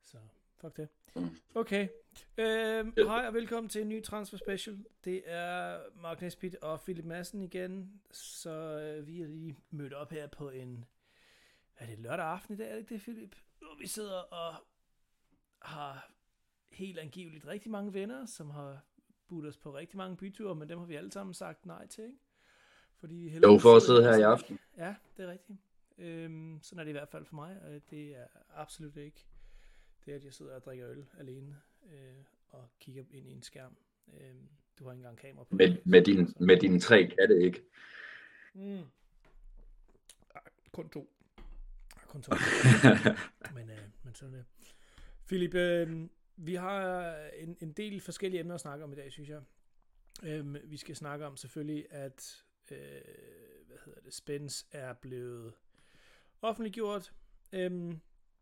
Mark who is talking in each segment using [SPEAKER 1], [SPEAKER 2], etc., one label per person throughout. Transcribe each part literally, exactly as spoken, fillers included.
[SPEAKER 1] Så fuck det. Okay. Øhm, hej og velkommen til en ny Transfer Special. Det er Mark Nesbitt og Philip Madsen igen. Så øh, vi er lige mødt op her på en... Er det lørdag aften i dag, er det ikke det, Philip? Hvor vi sidder og har helt angiveligt rigtig mange venner, som har budt os på rigtig mange byture, men dem har vi alle sammen sagt nej til, ikke? Fordi vi
[SPEAKER 2] jo, for at sidde her i aften.
[SPEAKER 1] Ja, det er rigtigt. Øhm, sådan er det i hvert fald for mig, og det er absolut ikke det, at jeg sidder og drikker øl alene øh, og kigger ind i en skærm. Øh, du har ikke engang kamera på.
[SPEAKER 2] Med, med, din, med dine tre katte, ikke?
[SPEAKER 1] Mm. Ej, kun to. Kun to. men, øh, men sådan det. Philip, øh, vi har en, en del forskellige emner at snakke om i dag, synes jeg. Øh, vi skal snakke om selvfølgelig, at øh, hvad hedder det, Spence er blevet offentliggjort. Øh,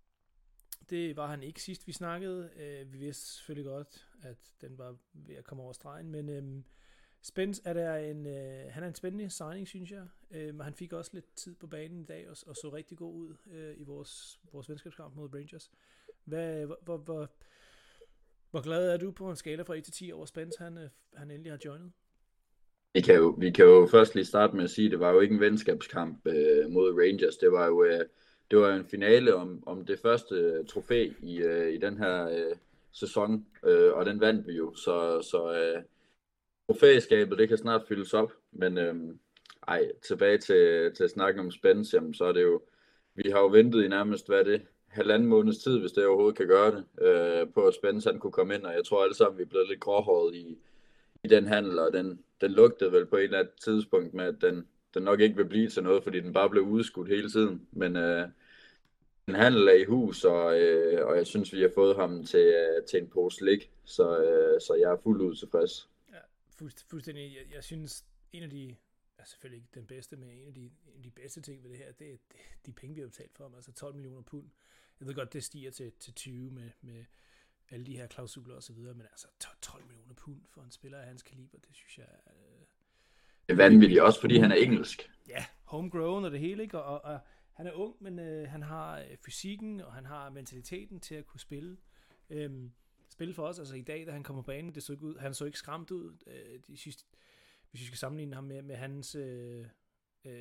[SPEAKER 1] Det var han ikke sidst, vi snakkede. Uh, vi vidste selvfølgelig godt, at den var ved at komme over stregen, men um, Spence er der en, uh, han er en spændende signing, synes jeg. Uh, han fik også lidt tid på banen i dag, og, og så rigtig god ud uh, i vores, vores venskabskamp mod Rangers. Hvad, hvor, hvor, hvor, hvor glad er du på en skala fra et til ti over Spence, han, uh, han endelig har joinet?
[SPEAKER 2] Vi kan, jo, vi kan jo først lige starte med at sige, at det var jo ikke en venskabskamp uh, mod Rangers. Det var jo... Uh, Det var en finale om, om det første trofæ i, øh, i den her øh, sæson, øh, og den vandt vi jo. Så, så øh, trofæskabet, det kan snart fyldes op. Men øh, ej, tilbage til, til snakken om Spence, jamen, så er det jo, vi har jo ventet i nærmest, hvad er det, halvanden måneds tid, hvis det overhovedet kan gøre det, øh, på at Spence han kunne komme ind, og jeg tror alle sammen, vi er blevet lidt gråhåret i, i den handel, og den, den lugtede vel på et eller andet tidspunkt med, at den, den nok ikke vil blive til noget, fordi den bare blev udskudt hele tiden. Men øh, en handel er i hus, og, øh, og jeg synes, vi har fået ham til, øh, til en pose slik, så, øh, så jeg er fuldt ud tilfreds.
[SPEAKER 1] Ja, fuldstændig. Jeg, jeg synes, en af de, er selvfølgelig ikke den bedste, men en af de, en af de bedste ting ved det her, det er det, de penge, vi har betalt for ham, altså tolv millioner pund. Jeg ved godt, det stiger til, til tyve med, med alle de her klausuler og så videre, men altså tolv millioner pund for en spiller af hans kaliber, det synes jeg er... Øh,
[SPEAKER 2] det er vanvittigt, også fordi han er engelsk.
[SPEAKER 1] Ja, homegrown og det hele, ikke? Og, og, og han er ung, men øh, han har øh, fysikken, og han har mentaliteten til at kunne spille. Øhm, spille for os, altså i dag, da han kommer på banen, det så ikke ud, han så ikke skræmt ud. Øh, de synes, hvis vi skal sammenligne ham med, med hans øh, øh,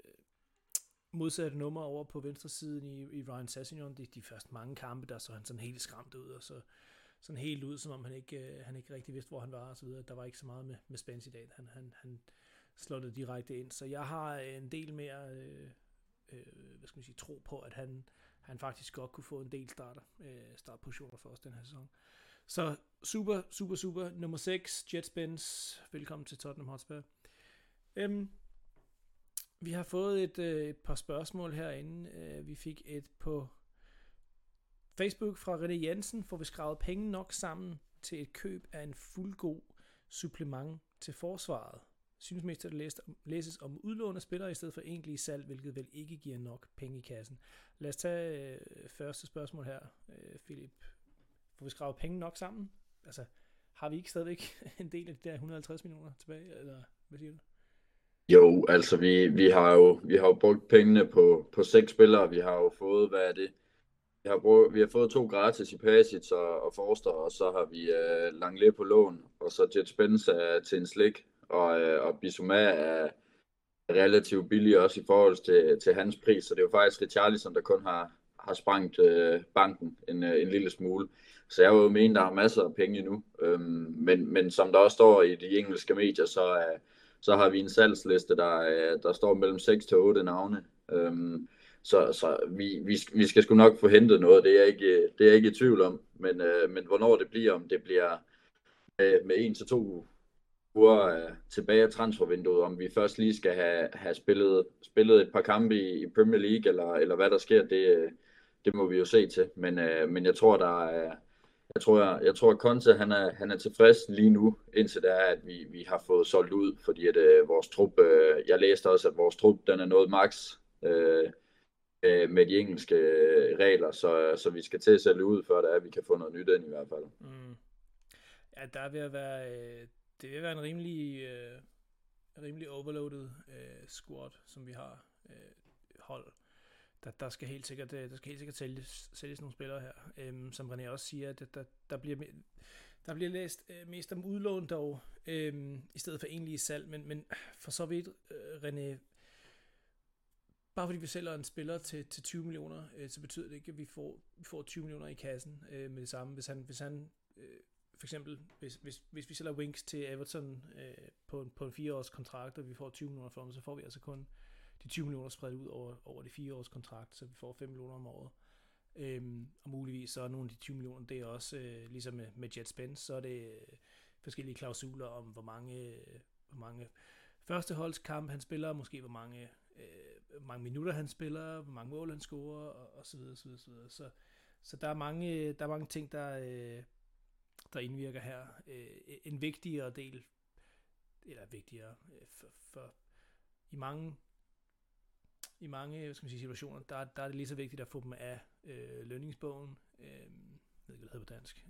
[SPEAKER 1] modsatte nummer over på venstre siden i, i Ryan Sessegnon, de, de første mange kampe, der så han sådan helt skræmt ud, og så sådan helt ud, som om han ikke, øh, han ikke rigtig vidste, hvor han var, og så videre. Der var ikke så meget med, med Spence i dag. Han, han, han slår direkte ind. Så jeg har en del mere... Øh, Øh, hvad skal man sige, tro på, at han, han faktisk godt kunne få en del starter, øh, startpositioner for os den her sæson. Så super, super, super. Nummer seks, Jet Spence. Velkommen til Tottenham Hotspur. Øhm, vi har fået et, øh, et par spørgsmål herinde. Øh, vi fik et på Facebook fra René Jensen. Får vi skrevet penge nok sammen til et køb af en fuldgod supplement til forsvaret? Synes mest, at det læses om udlån af spillere i stedet for egentlige salg, hvilket vel ikke giver nok penge i kassen. Lad os tage øh, første spørgsmål her, øh, Philip. Får vi skrevet penge nok sammen? Altså, har vi ikke stadigvæk en del af de der et hundrede og halvtreds millioner tilbage, eller hvad siger du?
[SPEAKER 2] Jo, altså vi, vi har jo vi har jo brugt pengene på, på seks spillere. Vi har jo fået, hvad er det? Vi har, brugt, vi har fået to gratis i Pasic og, og Forster, og så har vi øh, Langley på lån, og så Jet Spence er til en slik. Og, øh, og Bissouma er relativt billig også i forhold til, til hans pris, så det er jo faktisk Richarlison, der kun har, har sprængt øh, banken en, øh, en lille smule. Så jeg vil jo mene, der er masser af penge endnu. Øhm, men, men som der også står i de engelske medier, så, øh, så har vi en salgsliste, der, øh, der står mellem seks til otte navne. Øhm, så så vi, vi, vi skal sgu nok få hentet noget, det er jeg ikke, det er jeg ikke i tvivl om. Men, øh, men hvornår det bliver, om det bliver øh, med en til to uger tilbage af transfervinduet, om vi først lige skal have, have spillet, spillet et par kampe i, i Premier League, eller, eller hvad der sker, det, det må vi jo se til. Men, øh, men jeg tror, der er, jeg tror, jeg, jeg tror at Conte, han er, han er tilfreds lige nu, indtil det er, at vi, vi har fået solgt ud, fordi at øh, vores trup, øh, jeg læste også, at vores trup, den er nået max øh, øh, med de engelske regler, så, så vi skal til at sælge ud, før det er, at vi kan få noget nyt ind i hvert fald.
[SPEAKER 1] Mm. Ja, der vil være... Øh Det vil være en rimelig, øh, rimelig overloaded øh, squad, som vi har øh, hold. der, der skal helt sikkert, der skal helt sikkert sælges, sælges nogle spillere her. Øhm, som René også siger, at der, der, bliver, der bliver læst øh, mest om udlån dog, øhm, i stedet for egentlige salg. Men, men for så vidt, øh, René, bare fordi vi sælger en spiller til, til tyve millioner, øh, så betyder det ikke, at vi får, vi får tyve millioner i kassen øh, med det samme. Hvis han, hvis han øh, for eksempel, hvis, hvis, hvis vi sælger Winks til Everton øh, på, en, på en fireårs kontrakt, og vi får tyve millioner for ham, så får vi altså kun de tyve millioner spredt ud over, over de fire års kontrakt, så vi får fem millioner om året. Øhm, og muligvis så er nogle af de tyve millioner, det er også, øh, ligesom med, med Jet Spence, så er det øh, forskellige klausuler om, hvor mange, øh, hvor mange førsteholdskamp han spiller, måske hvor mange, øh, hvor mange minutter han spiller, hvor mange mål han scorer, og, og så videre, så videre, så videre. Så, så der er mange, der er mange ting, der, øh, der indvirker her. Øh, en vigtigere del, eller vigtigere, øh, for, for i mange I mange skal man sige, situationer, der, der er det lige så vigtigt at få dem af øh, lønningsbogen. Øh, jeg ved ikke, hvad det hedder på dansk.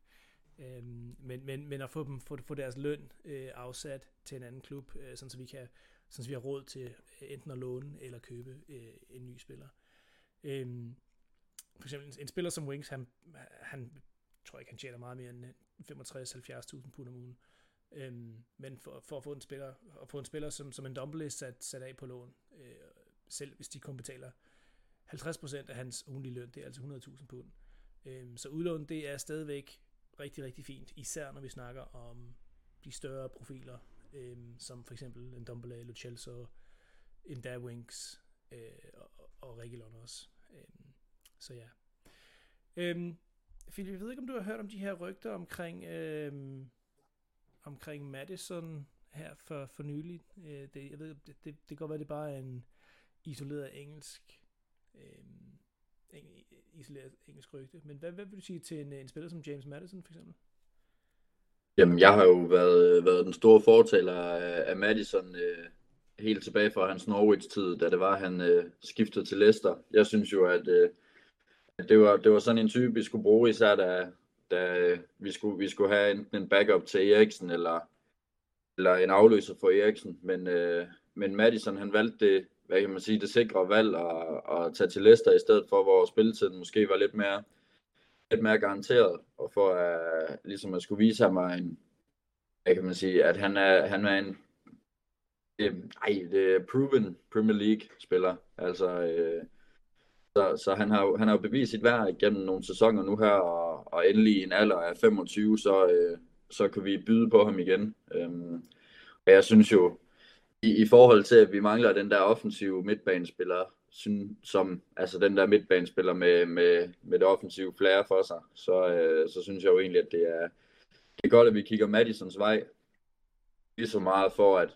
[SPEAKER 1] øh, men, men, men at få dem få, få deres løn øh, afsat til en anden klub, øh, sådan så vi kan, sådan så vi har råd til enten at låne eller købe øh, en ny spiller. Øh, for eksempel en, en spiller som Winks, han, han tror ikke, han tjener meget mere end femogtres til halvfjerds tusind pund om ugen. Øhm, men for, for at få en spiller, at få en spiller som, som en Ndombele sat, sat af på lån, øh, selv hvis de kun betaler halvtreds procent af hans ugenlige løn, det er altså hundrede tusind pund. Øhm, så udlån, det er stadigvæk rigtig, rigtig fint, især når vi snakker om de større profiler, øhm, som for eksempel Ndombele, Lo Celso, endda Winks øh, og, og Reguilon også. Øhm, så ja. Øhm, Philip, jeg ved ikke, om du har hørt om de her rygter omkring øhm, omkring Maddison her for, for nylig. Øh, det, jeg ved, det, det, det kan godt være, det bare er en isoleret engelsk øhm, eng, isoleret engelsk rygte. Men hvad, hvad vil du sige til en, en spiller som James Maddison for eksempel?
[SPEAKER 2] Jamen, jeg har jo været, været den store fortaler af, af Maddison øh, helt tilbage fra hans Norwich-tid, da det var, han øh, skiftede til Leicester. Jeg synes jo, at, øh, at det, var, det var sådan en type, vi skulle bruge, især da, da vi, skulle, vi skulle have enten en backup til Eriksen, eller, eller en afløser for Eriksen. Men, øh, men Maddison, han valgte det, hvad kan man sige, det sikre valg at, at tage til Leicester i stedet for, hvor spilletiden måske var lidt mere, lidt mere garanteret, og for at, ligesom at skulle vise ham en, hvad kan man sige, at han er, han er en øh, ej, det er proven Premier League spiller. Altså, øh, så, så han har jo han har jo bevist sit værd igennem nogle sæsoner nu her, og, og endelig i en alder af femogtyve, så, øh, så kan vi byde på ham igen. Øhm, og jeg synes jo, i, i forhold til, at vi mangler den der offensive midtbanespiller, som, altså den der midtbanespiller med, med, med det offensive flair for sig, så, øh, så synes jeg jo egentlig, at det er, det er godt, at vi kigger Maddisons vej. Det er så meget for, at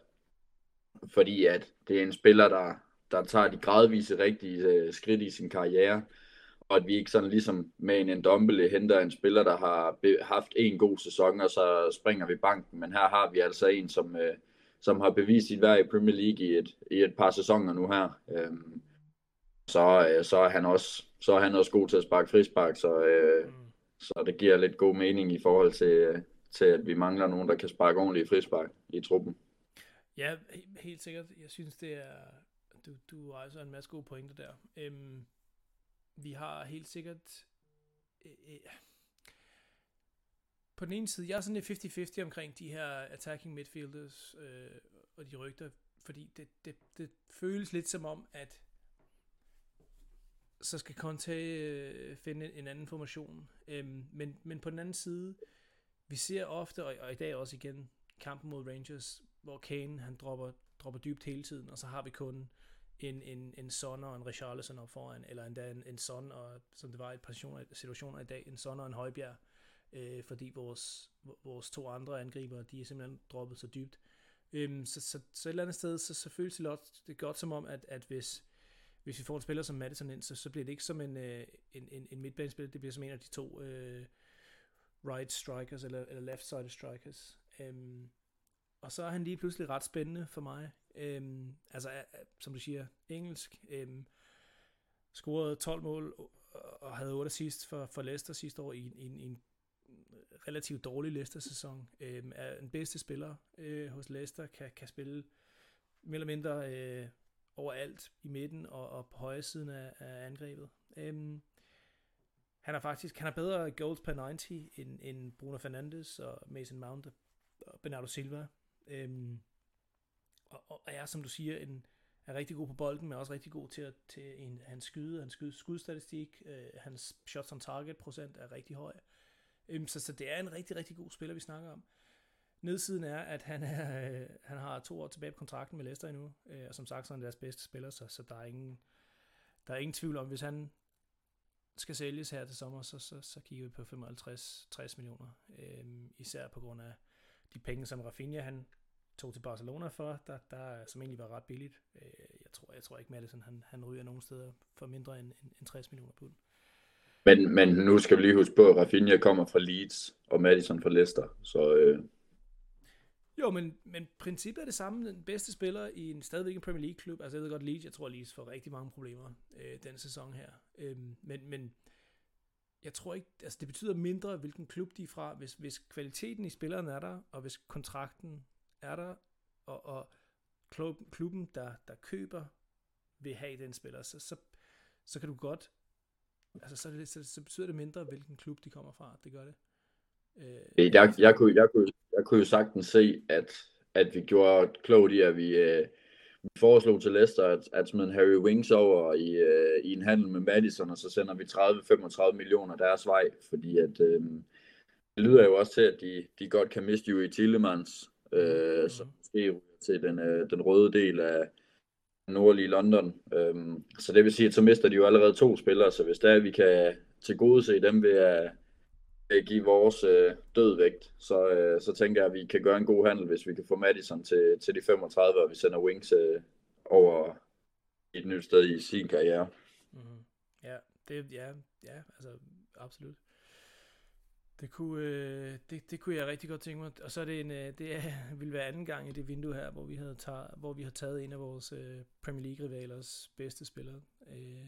[SPEAKER 2] fordi at det er en spiller, der, der tager de gradvise rigtige uh, skridt i sin karriere, og at vi ikke sådan ligesom med en Ndombele henter en spiller, der har be- haft en god sæson, og så springer vi banken, men her har vi altså en, som, uh, som har bevist sit værd i Premier League i et, i et par sæsoner nu her. Um, så, uh, så, er han også, så er han også god til at sparke frispark, så, uh, mm. så det giver lidt god mening i forhold til, uh, til, at vi mangler nogen, der kan sparke ordentligt frispark i truppen.
[SPEAKER 1] Ja, helt sikkert. Jeg synes, det er... Du, du rejser en masse gode pointer der. Øhm, vi har helt sikkert... Øh, øh, på den ene side, jeg er sådan lidt halvtreds halvtreds omkring de her attacking midfielders øh, og de rygter, fordi det, det, det føles lidt som om, at så skal Conte øh, finde en anden formation. Øhm, men, men på den anden side, vi ser ofte, og, og i dag også igen, kampen mod Rangers, hvor Kane han dropper, dropper dybt hele tiden, og så har vi kun en, en, en Son og en Richarlison op foran, eller endda en, en Son, og, som det var i et par situationer i dag, en Son og en Højbjerg, øh, fordi vores, vores to andre angriber, de er simpelthen droppet så dybt. Øhm, så, så, så et eller andet sted, så, så føles det, lot, det er godt som om, at, at hvis, hvis vi får en spiller som Maddison ind, så, så bliver det ikke som en, øh, en, en, en midtbanespiller, det bliver som en af de to øh, right strikers, eller, eller left side strikers. Øhm, Og så er han lige pludselig ret spændende for mig. Øhm, altså, som du siger, engelsk. Øhm, scorede tolv mål og havde otte assist for, for Leicester sidste år i, i, i en relativt dårlig Leicester-sæson. Øhm, er den bedste spiller øh, hos Leicester, kan, kan spille mere eller mindre øh, overalt i midten og, og på højre siden af, af angrebet. Øhm, han er faktisk, han har bedre goals per halvtreds end, end Bruno Fernandes og Mason Mount og Bernardo Silva. Øhm, og, og er, som du siger, en, er rigtig god på bolden, men også rigtig god til, at, til en, hans skyde, hans skyde, skudstatistik, øh, hans shots on target procent er rigtig høj. Øhm, så, så det er en rigtig, rigtig god spiller, vi snakker om. Nedsiden er, at han, er, øh, han har to år tilbage på kontrakten med Leicester endnu, øh, og som sagt så er han deres bedste spiller, så, så der, er ingen, der er ingen tvivl om, hvis han skal sælges her til sommer, så, så, så kigger vi på femoghalvtreds til tres millioner, øh, især på grund af de penge, som Rafinha han tog til Barcelona for, der, der som egentlig var ret billigt. Øh, jeg, tror, jeg tror ikke, Maddison han, han ryger nogen steder for mindre end, end, end tres millioner pund.
[SPEAKER 2] Men, men nu skal vi lige huske på, at Rafinha kommer fra Leeds, og Maddison fra Leicester, så... Øh...
[SPEAKER 1] Jo, men, men princippet er det samme. Den bedste spiller i en stadigvæk en Premier League-klub. Altså jeg ved godt, Leeds, jeg tror Leeds får rigtig mange problemer øh, den sæson her. Øhm, men, men jeg tror ikke, altså det betyder mindre, hvilken klub de er fra, hvis, hvis kvaliteten i spilleren er der, og hvis kontrakten er der, og, og klub, klubben, der, der køber, vil have den spiller, så, så, så kan du godt, altså så, det, så, så betyder det mindre, hvilken klub de kommer fra. Det gør det.
[SPEAKER 2] Øh, jeg, jeg, kunne, jeg, kunne, jeg kunne jo sagtens se, at, at vi gjorde klogt i, at vi, øh, vi foreslog til Leicester, at, at smide Harry Winks over i, øh, i en handel med Maddison, og så sender vi tredive til femogtredive millioner deres vej, fordi at, øh, det lyder jo også til, at de, de godt kan miste Yuri Tillemans, øh, mm. som måske til den, øh, den røde del af nordlige London. Øh, så det vil sige, at så mister de jo allerede to spillere, så hvis der er, vi kan tilgodese dem ved at give vores øh, dødvægt, så, øh, så tænker jeg, at vi kan gøre en god handel, hvis vi kan få Maddison til, til de femogtredive, og vi sender Winks øh, over et nyt sted i sin karriere.
[SPEAKER 1] Mm-hmm. Ja, det, ja, ja, altså absolut. Det kunne, øh, det, det kunne jeg rigtig godt tænke mig. Og så er det en, øh, det er, vil være anden gang i det vindue her, hvor vi havde taget, hvor vi har taget en af vores øh, Premier League rivalers bedste spillere. Øh,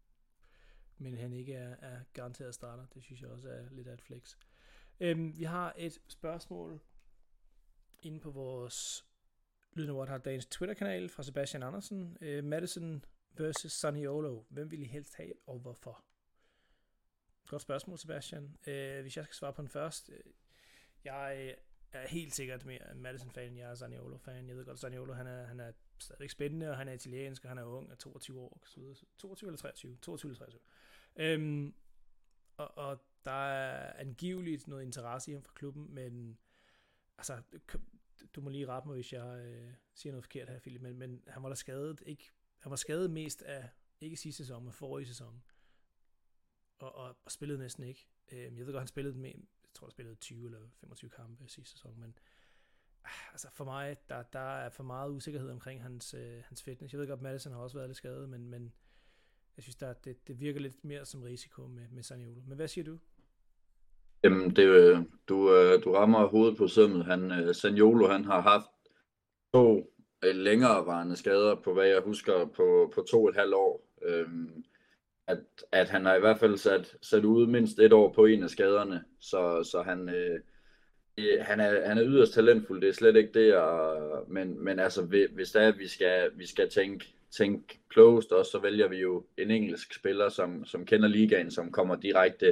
[SPEAKER 1] men han ikke er, er garanteret starter. Det synes jeg også er lidt af et flex. Øhm, vi har et spørgsmål inde på vores Lyden af What har dagens Twitter-kanal fra Sebastian Andersen. Øh, Maddison versus Zaniolo. Hvem vil I helst have, og hvorfor? Godt spørgsmål, Sebastian. Øh, hvis jeg skal svare på den først. Øh, jeg er helt sikkert mere Maddison-fan, end jeg er Zaniolo-fan. Jeg ved godt, at Zaniolo han er, han er stadigvæk spændende, og han er italiensk, og han er ung, er toogtyve år. toogtyve eller treogtyve? toogtyve eller treogtyve. Øhm, og, og der er angiveligt noget interesse i ham fra klubben, men altså, du må lige rette mig, hvis jeg øh, siger noget forkert her, Philip, men, men han var da skadet, ikke, han var skadet mest af, ikke sidste sæson, men forrige sæson, og, og, og spillede næsten ikke. Øhm, jeg ved godt, han spillede med, jeg tror, han spillede tyve eller femogtyve kampe sidste sæson, men altså for mig, der, der er for meget usikkerhed omkring hans, øh, hans fitness. Jeg ved godt, Maddison har også været lidt skadet, men, men jeg synes, der, det, det virker lidt mere som risiko med, med Zaniolo. Men hvad siger du?
[SPEAKER 2] Jamen, det, du, du rammer hovedet på sømmet. Han, Zaniolo, han har haft to længerevarende skader på, hvad jeg husker, på, på to og et halvt år. Øhm, at, at han har i hvert fald sat, sat ude mindst et år på en af skaderne, så, så han... Øh, Han er, han er yderst talentfuld, det er slet ikke det, og, men, men altså, hvis det er, at vi skal, vi skal tænke, tænke klogest også, så vælger vi jo en engelsk spiller, som, som kender ligaen, som kommer direkte,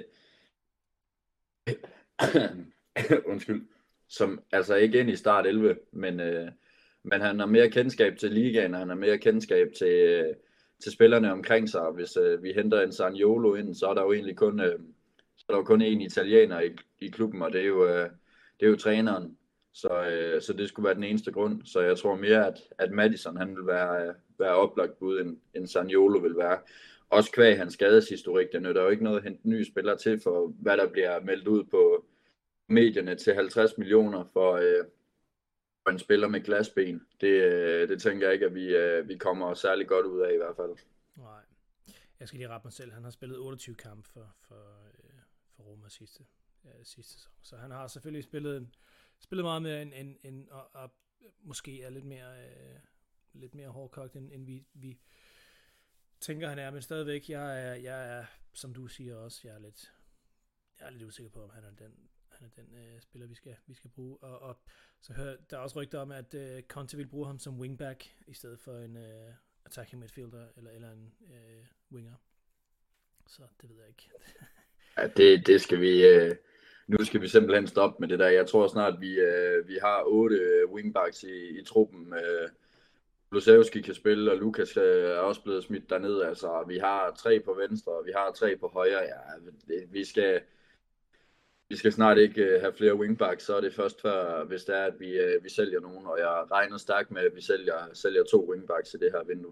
[SPEAKER 2] undskyld, som altså ikke ind i start elleve, men, øh, men han har mere kendskab til ligaen, og han har mere kendskab til, øh, til spillerne omkring sig, og hvis øh, vi henter en Zaniolo ind, så er der jo egentlig kun, øh, så er der jo kun en italiener i, i klubben, og det er jo... Øh, Det er jo træneren, så, øh, så det skulle være den eneste grund. Så jeg tror mere, at, at Maddison han vil være, være oplagt bud, end, end Zaniolo vil være. Også kvæg hans skadeshistorik, det nytter jo ikke noget at hente nye spillere til, for hvad der bliver meldt ud på medierne til halvtreds millioner for, øh, for en spiller med glasben. Det, øh, det tænker jeg ikke, at vi, øh, vi kommer særlig godt ud af i hvert fald.
[SPEAKER 1] Nej, jeg skal lige rette mig selv. Han har spillet otteogtyve kampe for, for, øh, for Roma sidste Ja, sidste sæson. Så han har selvfølgelig spillet, spillet meget mere end, end, end og, og måske er lidt mere, øh, lidt mere hårdkogt, end, end vi, vi tænker, han er. Men stadigvæk, jeg er, jeg er, som du siger også, jeg er lidt, jeg er lidt usikker på, om han er den, han er den øh, spiller, vi skal, vi skal bruge. Og, og så hører der er også rygter om, at øh, Conte vil bruge ham som wingback, i stedet for en, øh, attacking midfielder eller, eller en øh, winger. Så det ved jeg ikke.
[SPEAKER 2] Ja, det, det skal vi... Øh, nu skal vi simpelthen stoppe med det der. Jeg tror snart, vi, øh, vi har otte wingbacks i, i truppen. Øh, Kulusevski kan spille, og Lukas øh, er også blevet smidt derned. Altså, vi har tre på venstre, og vi har tre på højre. Ja, det, vi skal... Vi skal snart ikke øh, have flere wingbacks, så er det først før, hvis det er, at vi, øh, vi sælger nogen, og jeg regner stærkt med, at vi sælger, sælger to wingbacks i det her vindue.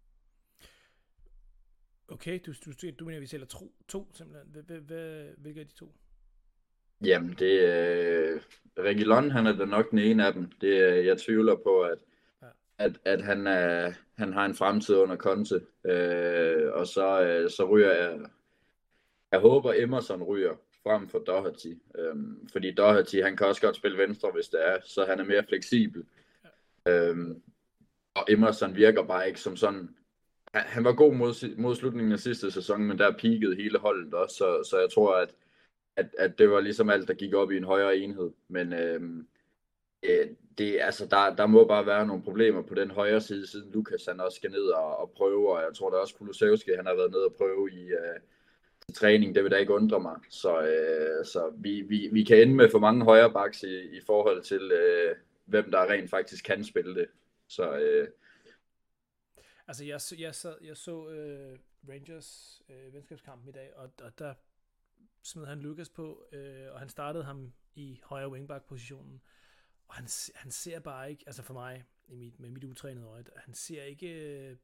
[SPEAKER 1] Okay, du, du, du mener, at vi sælger to, to simpelthen. Hvilke er de to?
[SPEAKER 2] Jamen, det er... Øh, Reguilón, han er da nok den ene af dem. Det, jeg tvivler på, at, ja. at, at han, er, han har en fremtid under Conte. Øh, og så, øh, så ryger jeg... Jeg håber, Emerson ryger frem for Doherty. Øhm, fordi Doherty, han kan også godt spille venstre, hvis det er, så han er mere fleksibel. Ja. Øhm, og Emerson virker bare ikke som sådan... Han, han var god mod, mod slutningen af sidste sæson, men der peakede hele holdet også, så, så jeg tror, at, at, at det var ligesom alt, der gik op i en højere enhed. Men øhm, øh, det, altså, der, der må bare være nogle problemer på den højre side, siden Lukas han også skal ned og, og prøve, og jeg tror da også, Kulusevski han har været nede og prøve i... Øh, træning, det vil da ikke undre mig. Så, øh, så vi, vi, vi kan ende med for mange højre backs i, i forhold til, øh, hvem der rent faktisk kan spille det. Så, øh...
[SPEAKER 1] Altså, jeg, jeg, sad, jeg så øh, Rangers øh, venskabskampen i dag, og, og der smed han Lukas på, øh, og han startede ham i højre wingback-positionen, og han, han ser bare ikke, altså for mig, i mit, med mit utrænede øje, han ser ikke... Øh,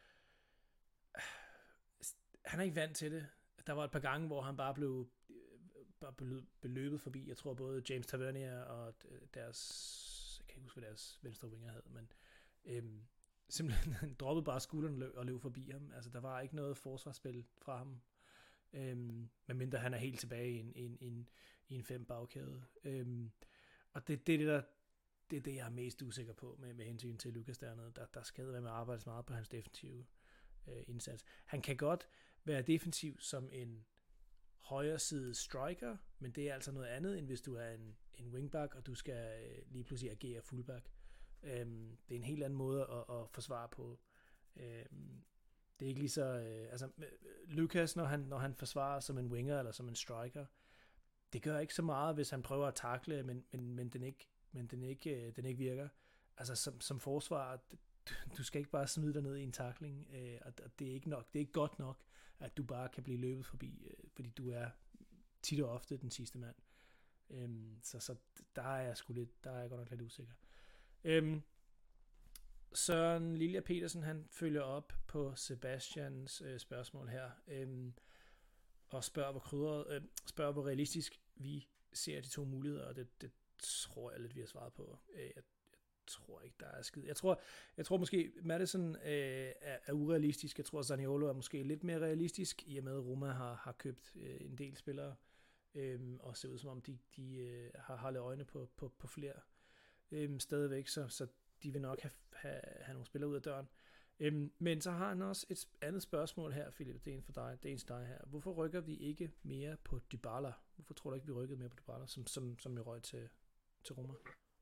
[SPEAKER 1] han er ikke vant til det. Der var et par gange, hvor han bare blev bare beløbet forbi. Jeg tror både James Tavernier og deres, jeg kan ikke huske, hvad deres venstre winger hed, men øhm, simpelthen han droppede bare skulderen og løb forbi ham. Altså, der var ikke noget forsvarsspil fra ham, øhm, medmindre han er helt tilbage i en, en, en, i en fem bagkæde. Øhm, og det, det er det, der, det er det, jeg er mest usikker på med, med hensyn til Lukas dernede. Der, der skal være med at arbejde meget på hans defensive øh, indsats. Han kan godt være defensiv som en højre side striker, men det er altså noget andet, end hvis du er en, en wingback, og du skal øh, lige pludselig agere fullback. Øhm, det er en helt anden måde at, at forsvare på. Øhm, det er ikke lige så... Øh, altså, Lukas, når han, når han forsvarer som en winger eller som en striker, det gør ikke så meget, hvis han prøver at takle, men, men, men, den, ikke, men den, ikke, øh, den ikke virker. Altså, som, som forsvarer, du skal ikke bare smide dig ned i en tackling, øh, og det er ikke nok, det er ikke godt nok, at du bare kan blive løbet forbi, øh, fordi du er tit og ofte den sidste mand. Øhm, så, så der er jeg sgu lidt, der er jeg godt nok lidt usikker. Øhm, Søren Lilja Petersen, han følger op på Sebastians øh, spørgsmål her, øhm, og spørger hvor, krydret, øh, spørger, hvor realistisk vi ser de to muligheder, og det, det tror jeg lidt, vi har svaret på. Øh, jeg tror ikke, der er skid. Jeg tror, jeg tror måske, Madison øh, er, er urealistisk. Jeg tror, Zaniolo er måske lidt mere realistisk, i og med, at Roma har, har købt øh, en del spillere, øh, og ser ud som om, de, de øh, har holdt øjne på, på, på flere øh, stadigvæk, så, så de vil nok have, have, have nogle spillere ud af døren. Øh, men så har han også et andet spørgsmål her, Philip, det er en for dig, det er en for dig her. Hvorfor rykker vi ikke mere på Dybala? Hvorfor tror du ikke, vi rykkede mere på Dybala, som, som, som vi røg til, til Roma?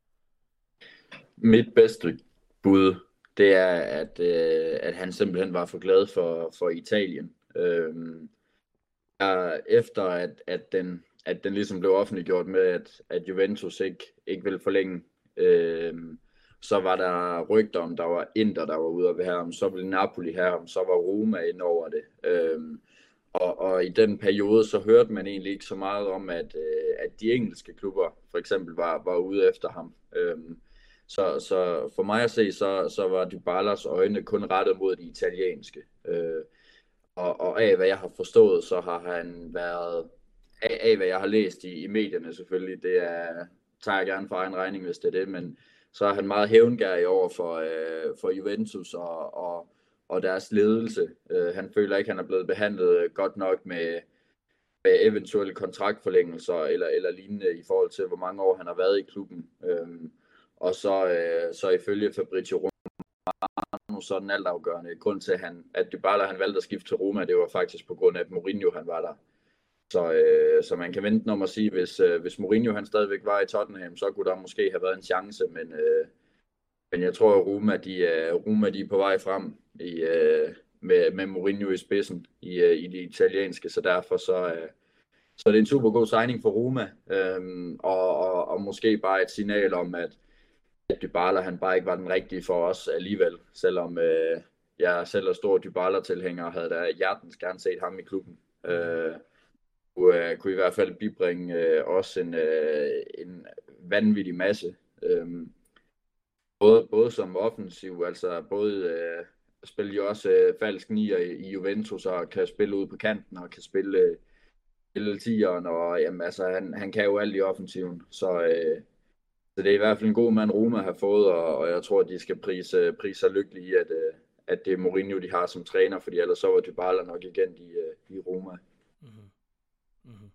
[SPEAKER 2] Mit bedste bud, det er, at, øh, at han simpelthen var for glad for, for Italien. Øhm, er, efter at, at, den, at den ligesom blev offentliggjort med, at, at Juventus ikke, ikke ville forlænge, øhm, så var der rygter om, der var Inter, der var ude at have ham, så ville Napoli have ham, så var Roma inde over det. Øhm, og, og i den periode, så hørte man egentlig ikke så meget om, at, øh, at de engelske klubber for eksempel var, var ude efter ham. Øhm, Så, så for mig at se, så, så var Dybalas øjne kun rettet mod de italienske. Øh, og, og af hvad jeg har forstået, så har han været, af, af hvad jeg har læst i, i medierne selvfølgelig, det er, tager jeg gerne for egen regning, hvis det er det, men så er han meget hævngærig over for, øh, for Juventus og, og, og deres ledelse. Øh, han føler ikke, han er blevet behandlet godt nok med, med eventuelle kontraktforlængelser eller, eller lignende i forhold til, hvor mange år han har været i klubben. Øh, Og så, øh, så ifølge Fabrizio Romano, så er den altafgørende grund til, at, han, at Dybala han valgte at skifte til Roma, det var faktisk på grund af, at Mourinho han var der. Så, øh, så man kan vente om at sige, hvis, øh, hvis Mourinho han stadigvæk var i Tottenham, så kunne der måske have været en chance, men, øh, Men jeg tror, at Roma, de er, Roma, de er på vej frem i, øh, med, med Mourinho i spidsen i, øh, i det italienske, så derfor så, øh, så er det en super god signing for Roma, øhm, og, og, og måske bare et signal om, at, at Dybala han bare ikke var den rigtige for os alligevel, selvom øh, jeg selv er stor Dybala-tilhænger og havde da hjertens gerne set ham i klubben. Øh, kunne, kunne i hvert fald bibringe øh, også en, øh, en vanvittig masse. Øh, både, både som offensiv, altså både øh, spiller jo også øh, falsk nier i, i Juventus og kan spille ud på kanten og kan spille, øh, spille tieren, og jamen, altså, han, han kan jo alt i offensiven. Så, øh, så det er i hvert fald en god mand Roma har fået, og, og jeg tror, at de skal prise, prise sig lykkelige i, at, øh, at det er Mourinho, de har som træner, fordi ellers så var Dybala nok igen i, øh, i Roma.
[SPEAKER 1] Mm-hmm. Mm-hmm.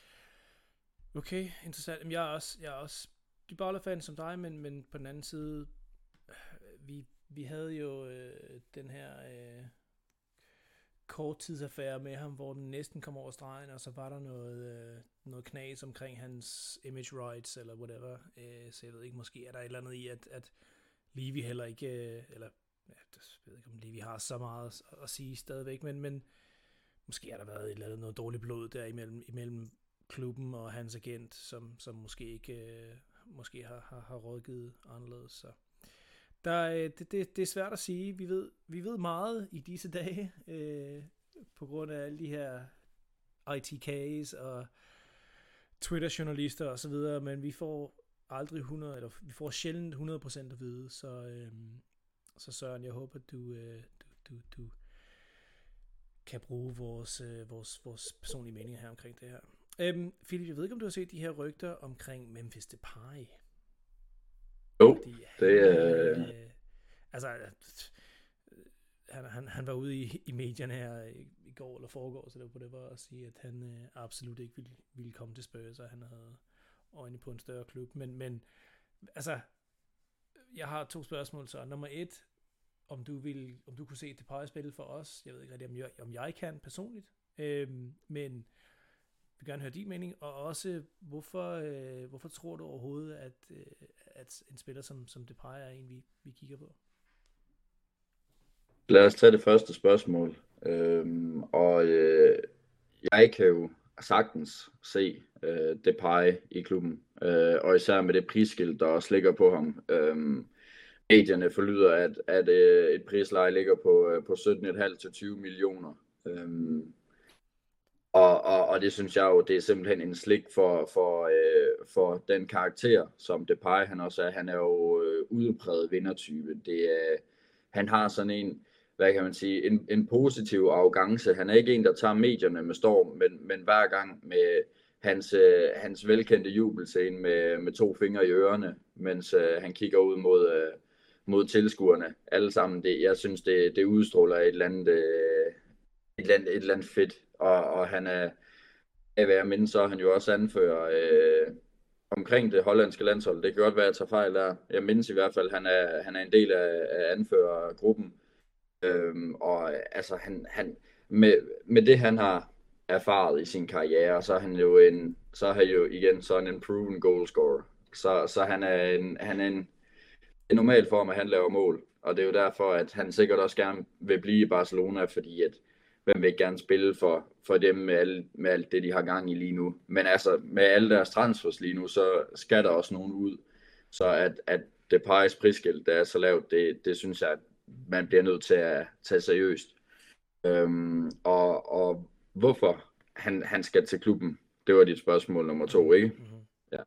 [SPEAKER 1] Okay, interessant. Jamen, jeg er også, jeg er også Dybala-fan som dig, men, men på den anden side, vi, vi havde jo øh, den her øh, korttidsaffære med ham, hvor den næsten kom over stregen, og så var der noget, øh, noget knas omkring hans image rights, eller whatever. Øh, så jeg ved ikke, måske er der et eller andet i, at, at Levy heller ikke, øh, eller ja, jeg ved ikke, om Levy har så meget at, at sige stadigvæk, men, men måske har der været et eller andet noget dårligt blod der imellem, imellem klubben og hans agent, som, som måske ikke øh, måske har, har, har rådgivet anderledes. Så der, øh, det, det, det er svært at sige. Vi ved, vi ved meget i disse dage, øh, på grund af alle de her I T K's og Twitter-journalister og så videre, men vi får aldrig hundrede, eller vi får sjældent hundrede procent at vide, så, øh, så Søren, jeg håber, du, øh, du, du, du kan bruge vores, øh, vores, vores personlige meninger her omkring det her. Øhm, Philip, jeg ved ikke, om du har set de her rygter omkring Memphis Depay.
[SPEAKER 2] Jo,
[SPEAKER 1] Fordi,
[SPEAKER 2] det er...
[SPEAKER 1] øh, altså, han, han, han var ude i, i medierne her i, i går eller foregår, så det var på det var at sige, at han øh, absolut ikke ville, ville komme til Spurs, og han havde øjne på en større klub. Men, men altså, jeg har to spørgsmål, så nummer et, om du vil, om du kunne se Depay spille for os. Jeg ved ikke rigtig, om jeg, om jeg kan personligt, øhm, men jeg vil gerne høre din mening, og også, hvorfor, øh, hvorfor tror du overhovedet, at, øh, at en spiller som, som Depay er en, vi, vi kigger på?
[SPEAKER 2] Lad os tage det første spørgsmål. Øhm, og øh, jeg kan jo sagtens se øh, Depay i klubben, øh, og især med det prisskilt, der også ligger på ham. Øhm, medierne forlyder, at, at øh, et prisleje ligger på, øh, på sytten komma fem til tyve millioner. Øhm, Og, og, og det synes jeg jo, det er simpelthen en slik for, for, øh, for den karakter, som Depay han også er. Han er jo øh, udpræget vindertype. Det er, han har sådan en, hvad kan man sige, en, en positiv arrogance. Han er ikke en, der tager medierne med storm, men, men hver gang med hans, øh, hans velkendte jubelscene med, med to fingre i ørerne, mens øh, han kigger ud mod, øh, mod tilskuerne. Alle sammen, det, jeg synes, det, det udstråler et eller andet, øh, et eller andet, et eller andet fedt. Og, og han er, af hvad jeg mindes, så er han jo også anfører øh, omkring det hollandske landshold. Det kan godt være, at jeg tager fejl der. Jeg mindes i hvert fald, at han er, han er en del af, af anførergruppen. Øhm, og altså, han, han, med, med det, han har erfaret i sin karriere, så er han jo en, så er han jo igen sådan en proven goalscorer. Så, så han er en, han er en, en normal form, at han laver mål. Og det er jo derfor, at han sikkert også gerne vil blive i Barcelona, fordi at hvem vil gerne spille for, for dem med, alle, med alt det, de har gang i lige nu. Men altså, med alle deres transfers lige nu, så skal der også nogen ud. Så at, at Depay's prisskilt, der er så lavt, det, det synes jeg, at man bliver nødt til at tage seriøst. Øhm, og, og hvorfor han, han skal til klubben, det var dit spørgsmål nummer to, ikke? Ja.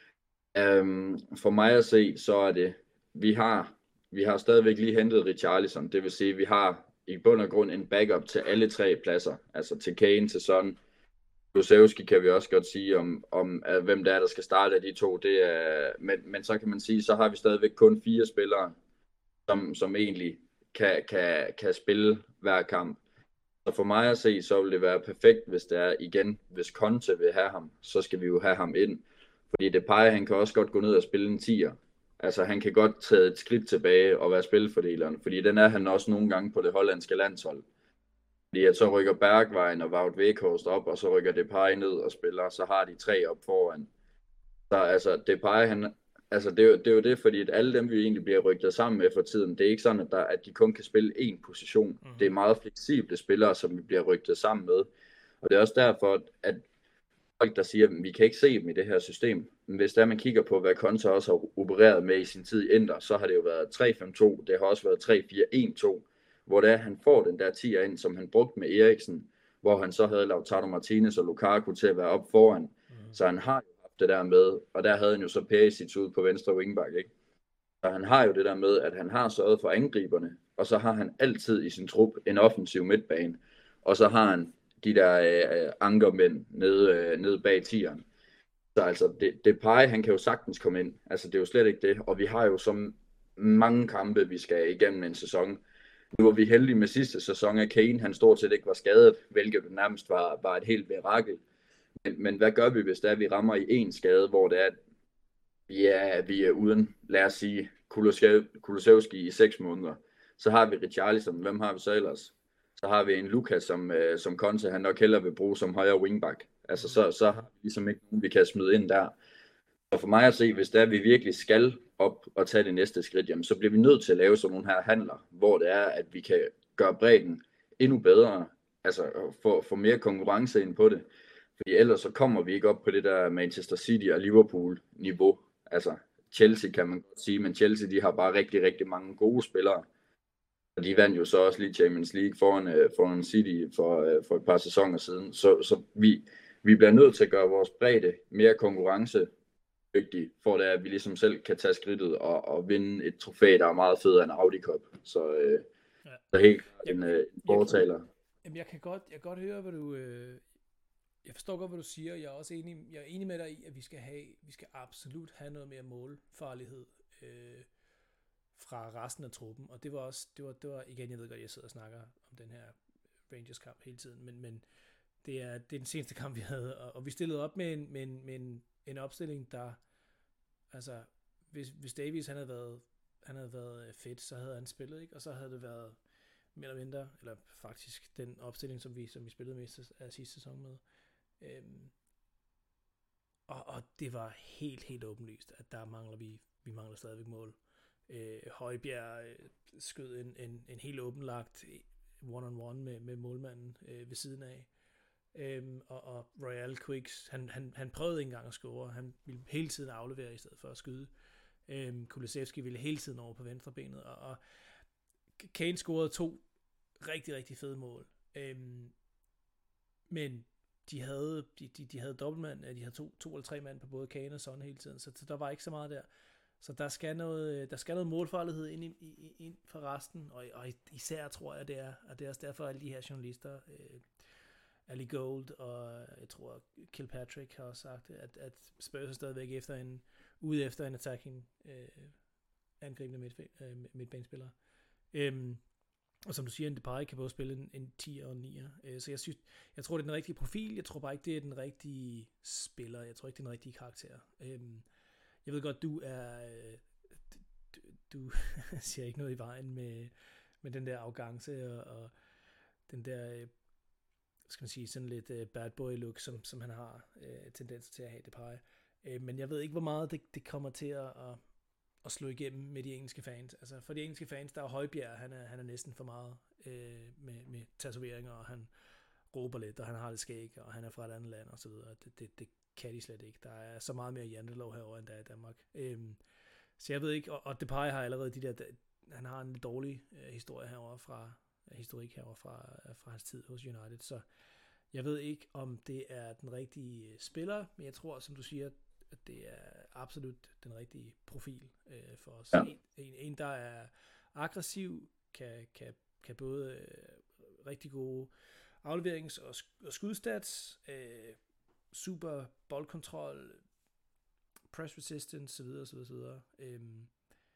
[SPEAKER 2] Øhm, for mig at se, så er det, vi har, vi har stadigvæk lige hentet Richarlison, det vil sige, at vi har i bund og grund en backup til alle tre pladser, altså til Kane, til Son. Kulusevski kan vi også godt sige om, om at hvem der er, der skal starte af de to. Det er, men, men så kan man sige, så har vi stadigvæk kun fire spillere, som, som egentlig kan, kan, kan spille hver kamp. Så for mig at se, så vil det være perfekt, hvis det er igen, hvis Conte vil have ham, så skal vi jo have ham ind. Fordi Depay, han kan også godt gå ned og spille en tier. Altså, han kan godt tage et skridt tilbage og være spilfordeleren, fordi den er han også nogle gange på det hollandske landshold. Fordi at så rykker Bergwijn og Wout Weghorst op, og så rykker Depay ned og spiller, så har de tre op foran. Så altså, Depay, han, altså det er, jo, det er jo det, fordi at alle dem, vi egentlig bliver rykket sammen med for tiden, det er ikke sådan, at, der, at de kun kan spille én position. Mm-hmm. Det er meget fleksible spillere, som vi bliver rykket sammen med. Og det er også derfor, at folk, der siger, at vi kan ikke se dem i det her system. Men hvis der man kigger på, hvad Konta også har opereret med i sin tid i Inter, så har det jo været tre fem to, det har også været tre fire en to, hvor det er, han får den der tier ind, som han brugte med Eriksen, hvor han så havde Lautaro Martinez og Lukaku til at være op foran. Mm. Så han har jo haft det der med, og der havde han jo så Perisic ude på venstre wingback, ikke? Så han har jo det der med, at han har sørget for angriberne, og så har han altid i sin trup en offensiv midtbane, og så har han de der øh, ankermænd nede, øh, nede bag tieren. Så altså, det, det pege, han kan jo sagtens komme ind. Altså, det er jo slet ikke det. Og vi har jo så mange kampe, vi skal igennem en sæson. Nu var vi heldige med sidste sæson, at Kane, han stort set ikke var skadet, hvilket nærmest var, var et helt mirakel. Men, men hvad gør vi, hvis det er, at vi rammer i en skade, hvor det er, at vi er, vi er uden, lad os sige, Kulusevski i seks måneder. Så har vi Richarlison. Hvem har vi så ellers? Så har vi en Lucas, som, øh, som Conte, han nok hellere vil bruge som højre wingback. Altså, så, så har vi ligesom ikke nogen, vi kan smide ind der. Og for mig at se, hvis det er, vi virkelig skal op og tage det næste skridt, jamen, så bliver vi nødt til at lave sådan nogle her handler, hvor det er, at vi kan gøre bredden endnu bedre, altså få, få mere konkurrence ind på det. Fordi ellers så kommer vi ikke op på det der Manchester City og Liverpool-niveau. Altså, Chelsea kan man godt sige, men Chelsea, de har bare rigtig, rigtig mange gode spillere. Og de vandt jo så også lige Champions League foran, foran City for, for et par sæsoner siden. Så, så vi, vi bliver nødt til at gøre vores bredde mere konkurrencedygtig, for det at vi ligesom selv kan tage skridtet og, og vinde et trofæ, der er meget federe end Audi Cup. Så øh, ja. Der er helt en, en fortaler.
[SPEAKER 1] Jamen, jeg kan godt, jeg kan godt høre, hvad du... Øh, jeg forstår godt, hvad du siger. Jeg er også enig, jeg er enig med dig i, at vi skal have, vi skal absolut have noget mere målfarlighed øh, fra resten af truppen. Og det var også, det var, det var igen, jeg ved godt, jeg sidder og snakker om den her Rangers kamp hele tiden, men, men det er, det er den seneste kamp, vi havde, og, og vi stillede op med en, med en, med en, en opstilling, der, altså, hvis, hvis Davies han havde været, han havde været fedt, så havde han spillet, ikke? Og så havde det været mere eller mindre, eller faktisk den opstilling, som vi, som vi spillede mest af sidste sæson med. Øhm, og, og det var helt, helt åbenlyst, at der mangler vi, vi mangler stadigvæk mål. Øh, Højbjerg øh, skød en, en, en helt åbenlagt one-on-one med, med målmanden øh, ved siden af. Øhm, og, og Royal Quicks, han, han, han prøvede ikke engang at score. Han ville hele tiden aflevere i stedet for at skyde. Øhm, Kulusevski ville hele tiden over på venstrebenet, og, og Kane scorede to rigtig, rigtig fede mål. Øhm, men de havde, de, de, de havde dobbeltmand, de havde to, to eller tre mand på både Kane og Son hele tiden, så, så der var ikke så meget der. Så der skal noget, der skal noget målfarlighed ind, i, i, ind for resten, og, og især tror jeg, det er, og det er også derfor, alle de her journalister, øh, Ali Gold og jeg tror Kilpatrick har også sagt, at, at Spurs er stadigvæk efter en, ude efter en attacking øh, angribende midt, øh, midtbanespiller. Øhm, og som du siger, en Depay kan både spille en, en tier og en nier. Øh, så jeg synes, jeg tror, det er den rigtige profil. Jeg tror bare ikke, det er den rigtige spiller. Jeg tror ikke, det er den rigtige karakter. Øhm, jeg ved godt, du er... Øh, du, du siger ikke noget i vejen med, med den der arrogance og, og den der... Øh, skal man sige, sådan lidt uh, bad boy look, som, som han har uh, tendens til at have, Depay. Uh, men jeg ved ikke, hvor meget det, det kommer til at, at, at slå igennem med de engelske fans. Altså for de engelske fans, der er Højbjerg, han er, han er næsten for meget uh, med, med tatoveringer, og han råber lidt, og han har lidt skæg, og han er fra et andet land, og så videre. Det, det, det kan de slet ikke. Der er så meget mere jantelov herovre, end der er i Danmark. Um, så jeg ved ikke, og, og Depay har allerede de der, han har en lidt dårlig uh, historie herovre fra, historik herovre fra, fra hans tid hos United, så jeg ved ikke, om det er den rigtige spiller, men jeg tror, som du siger, at det er absolut den rigtige profil øh, for os. Ja. En, en, en, der er aggressiv, kan, kan, kan både øh, rigtig gode afleverings- og, sk- og skudstats, øh, super boldkontrol, press resistance, så videre, så videre, så videre. Øhm,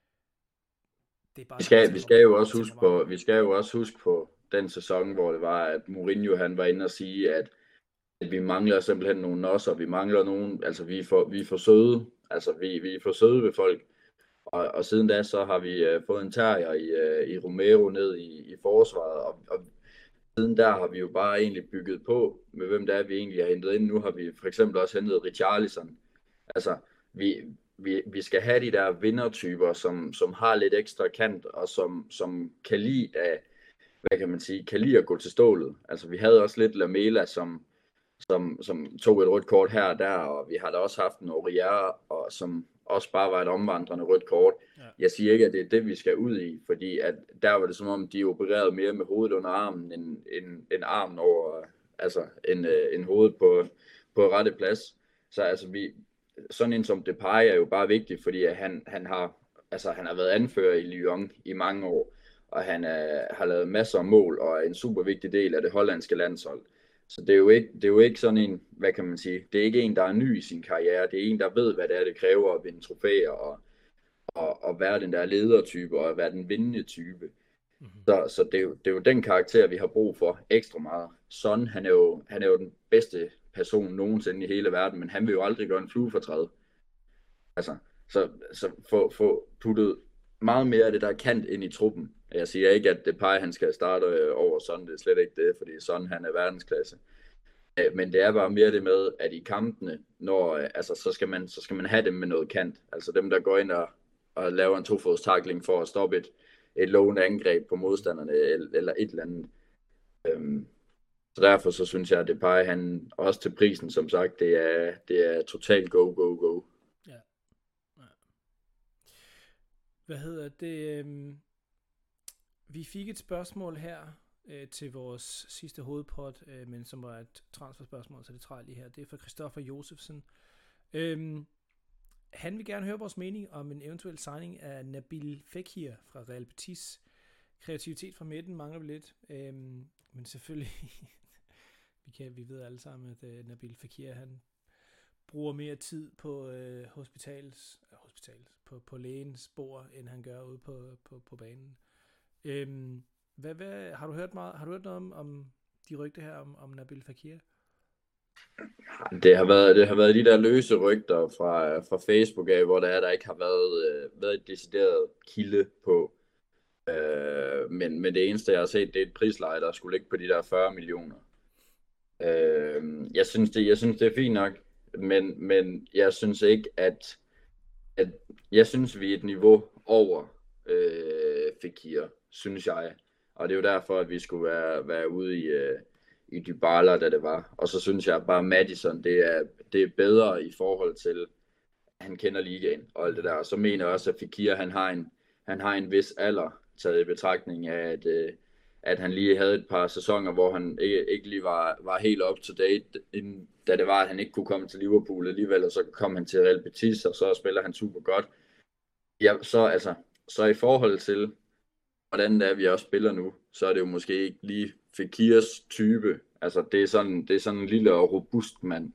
[SPEAKER 2] Vi skal, vi skal jo også huske på, vi skal jo også huske på den sæson, hvor det var, at Mourinho han var inde og sige, at, at vi mangler simpelthen nogle nosser, vi mangler nogen, altså vi er for, vi er for søde, altså vi, vi er for søde ved folk, og, og siden da så har vi uh, fået en terrier i, uh, i Romero ned i, i forsvaret, og, og siden der har vi jo bare egentlig bygget på, med hvem der er, vi egentlig har hentet ind. Nu har vi for eksempel også hentet Richarlison, altså vi vi, vi skal have de der vindertyper, som, som har lidt ekstra kant, og som, som kan lide at, hvad kan man sige, kan lide at gå til stålet. Altså vi havde også lidt Lamela, som, som, som tog et rødt kort her og der, og vi har da også haft en Aurier, og som også bare var et omvandrende rødt kort. Ja. Jeg siger ikke, at det er det, vi skal ud i, fordi at der var det som om, de opererede mere med hovedet under armen, end, end, end armen over, altså en, en hovedet på, på rette plads. Så altså vi, sådan en som Depay er jo bare vigtig, fordi at han, han, har, altså, han har været anfører i Lyon i mange år, og han er, har lavet masser af mål, og er en super vigtig del af det hollandske landshold. Så det er, jo ikke, det er jo ikke sådan en, hvad kan man sige, det er ikke en, der er ny i sin karriere, det er en, der ved, hvad det er, det kræver at vinde trofæer, og, og, og være den der ledertype, og være den vindende type. Mm-hmm. Så, så det, er jo, det er jo den karakter, vi har brug for ekstra meget. Son, han er jo, han er jo den bedste person nogensinde i hele verden, men han vil jo aldrig gøre en flue for træde. Altså, så, så få, få puttet meget mere af det, der er kant ind i truppen. Jeg siger ikke, at Depay, han skal starte over Son, det er slet ikke det, fordi Son, han er verdensklasse. Men det er bare mere det med, at i kampene, når, altså, så, skal man, så skal man have dem med noget kant. Altså dem, der går ind og, og laver en tofodstakling for at stoppe et, et lovende angreb på modstanderne, eller et eller andet. Øhm, så derfor så synes jeg, at Depay, han også til prisen, som sagt, det er, det er totalt go, go, go.
[SPEAKER 1] Ja. Ja. Hvad hedder det? Øhm, vi fik et spørgsmål her øh, til vores sidste hovedpod, øh, men som var et transferspørgsmål, så det træder lige her. Det er fra Christoffer Josefsen. Øhm, han vil gerne høre vores mening om en eventuel signing af Nabil Fekir fra Real Betis. Kreativitet fra midten mangler vi lidt, øhm, men selvfølgelig, vi, kan, vi ved alle sammen, at uh, Nabil Fekir, han bruger mere tid på uh, hospitals, uh, hospitals på, på lægens bord, end han gør ude på, på, på banen. Øhm, hvad, hvad, har du hørt meget, har du hørt noget om, om de rygter her om, om Nabil Fekir?
[SPEAKER 2] Det har været, det har været de der løse rygter fra, fra Facebook af, hvor der er, der ikke har været, øh, været et decideret kilde på. Øh, men, men det eneste, jeg har set, det er et prisleje, der skulle ligge på de der fyrre millioner. Øh, jeg, synes det, jeg synes, det er fint nok, men, men jeg synes ikke, at, at jeg synes, vi er et niveau over øh, Fekir, synes jeg. Og det er jo derfor, at vi skulle være, være ude i, øh, i Dybala, da det var. Og så synes jeg bare, Madison, det er, det er bedre i forhold til, at han kender ligaen og alt det der. Og så mener jeg også, at Fekir, han har en, han har en vis alder, taget i betragtning af, at, øh, at han lige havde et par sæsoner, hvor han ikke, ikke lige var, var helt up to date, inden, da det var, at han ikke kunne komme til Liverpool alligevel, og så kom han til Real Betis, og så spiller han super godt. Ja, så, altså, så i forhold til, hvordan det er, vi også spiller nu, så er det jo måske ikke lige Fekirs type. Altså, det er sådan, det er sådan en lille og robust mand.